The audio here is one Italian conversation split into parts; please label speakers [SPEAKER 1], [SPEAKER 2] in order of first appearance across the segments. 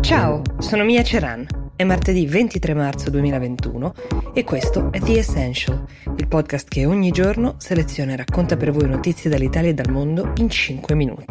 [SPEAKER 1] Ciao, sono Mia Ceran. È martedì 23 marzo 2021 e questo è The Essential, il podcast che ogni giorno seleziona e racconta per voi notizie dall'Italia e dal mondo in 5 minuti.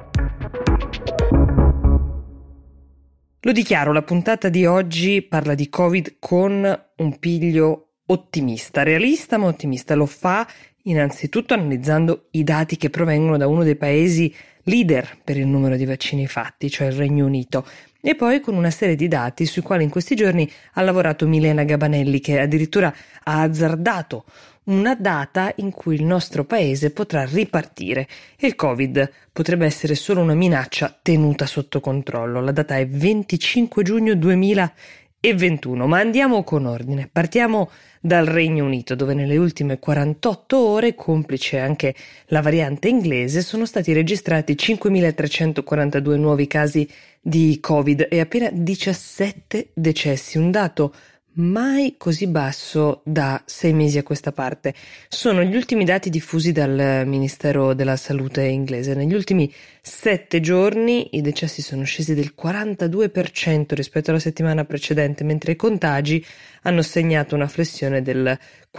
[SPEAKER 1] Lo dichiaro, la puntata di oggi parla di Covid con un piglio ottimista, realista ma ottimista. Lo fa innanzitutto analizzando i dati che provengono da uno dei paesi leader per il numero di vaccini fatti, cioè il Regno Unito, e poi con una serie di dati sui quali in questi giorni ha lavorato Milena Gabanelli, che addirittura ha azzardato una data in cui il nostro paese potrà ripartire e il Covid potrebbe essere solo una minaccia tenuta sotto controllo. La data è 25 giugno 2021, ma andiamo con ordine. Partiamo dal Regno Unito, dove nelle ultime 48 ore, complice anche la variante inglese, sono stati registrati 5.342 nuovi casi di Covid e appena 17 decessi, un dato mai così basso da 6 mesi a questa parte. Sono gli ultimi dati diffusi dal Ministero della Salute inglese. Negli ultimi 7 giorni i decessi sono scesi del 42% rispetto alla settimana precedente, mentre i contagi hanno segnato una flessione del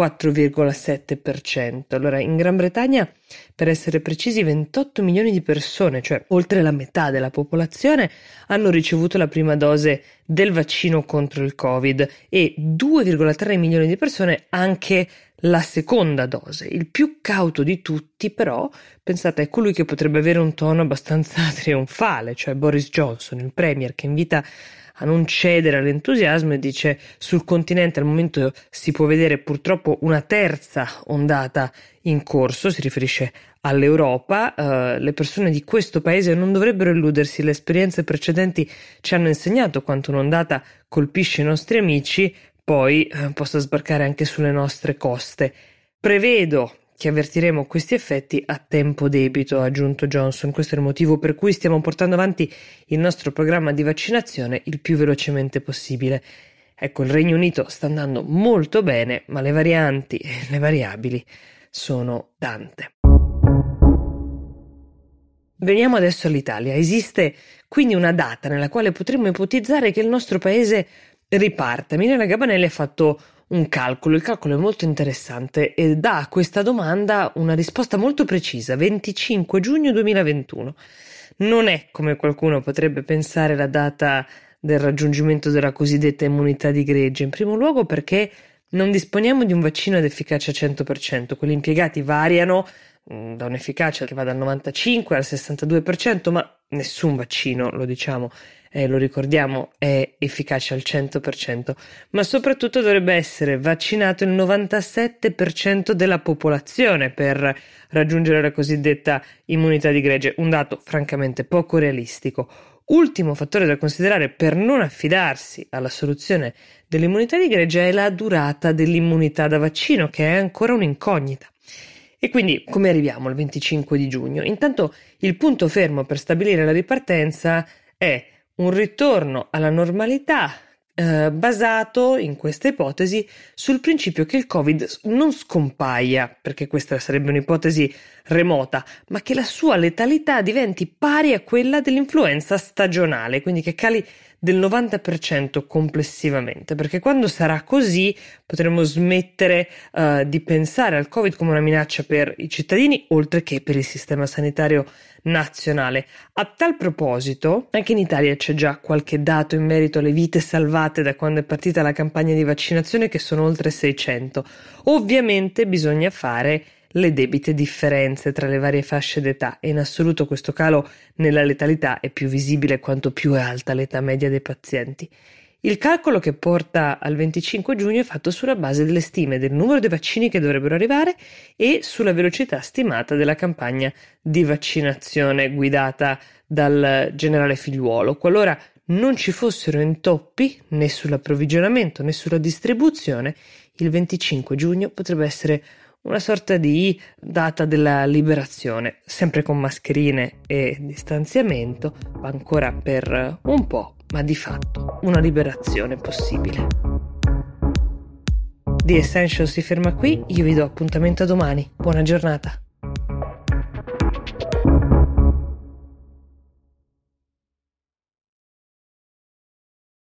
[SPEAKER 1] 4,7%. Allora, in Gran Bretagna, per essere precisi, 28 milioni di persone, cioè oltre la metà della popolazione, hanno ricevuto la prima dose del vaccino contro il Covid e 2,3 milioni di persone anche la seconda dose. Il più cauto di tutti, però, pensate, è colui che potrebbe avere un tono abbastanza trionfale, cioè Boris Johnson, il premier, che invita a non cedere all'entusiasmo e dice: sul continente al momento si può vedere purtroppo una terza ondata in corso. Si riferisce all'Europa. Le persone di questo paese non dovrebbero illudersi, le esperienze precedenti ci hanno insegnato quanto un'ondata colpisce i nostri amici, poi possa sbarcare anche sulle nostre coste. Prevedo che avvertiremo questi effetti a tempo debito, ha aggiunto Johnson. Questo è il motivo per cui stiamo portando avanti il nostro programma di vaccinazione il più velocemente possibile. Ecco, il Regno Unito sta andando molto bene, ma le varianti e le variabili sono tante. Veniamo adesso all'Italia. Esiste quindi una data nella quale potremmo ipotizzare che il nostro paese riparta. Milena Gabanelli ha fatto un calcolo, il calcolo è molto interessante e dà a questa domanda una risposta molto precisa: 25 giugno 2021. Non è, come qualcuno potrebbe pensare, la data del raggiungimento della cosiddetta immunità di gregge, in primo luogo perché non disponiamo di un vaccino ad efficacia 100%, quelli impiegati variano da un'efficacia che va dal 95 al 62%, ma nessun vaccino, lo diciamo, lo ricordiamo, è efficace al 100%, ma soprattutto dovrebbe essere vaccinato il 97% della popolazione per raggiungere la cosiddetta immunità di gregge, un dato francamente poco realistico. Ultimo fattore da considerare per non affidarsi alla soluzione dell'immunità di gregge è la durata dell'immunità da vaccino, che è ancora un'incognita. E quindi come arriviamo al 25 di giugno? Intanto il punto fermo per stabilire la ripartenza è un ritorno alla normalità basato, in questa ipotesi, sul principio che il Covid non scompaia, perché questa sarebbe un'ipotesi remota, ma che la sua letalità diventi pari a quella dell'influenza stagionale, quindi che cali del 90% complessivamente, perché quando sarà così potremo smettere di pensare al Covid come una minaccia per i cittadini, oltre che per il sistema sanitario nazionale. A tal proposito, anche in Italia c'è già qualche dato in merito alle vite salvate da quando è partita la campagna di vaccinazione, che sono oltre 600. Ovviamente bisogna fare le debite differenze tra le varie fasce d'età e in assoluto questo calo nella letalità è più visibile quanto più è alta l'età media dei pazienti. Il calcolo che porta al 25 giugno è fatto sulla base delle stime del numero dei vaccini che dovrebbero arrivare e sulla velocità stimata della campagna di vaccinazione guidata dal generale Figliuolo. Qualora non ci fossero intoppi né sull'approvvigionamento né sulla distribuzione, il 25 giugno potrebbe essere una sorta di data della liberazione, sempre con mascherine e distanziamento, ma ancora per un po', ma di fatto una liberazione possibile. The Essential si ferma qui, io vi do appuntamento a domani. Buona giornata.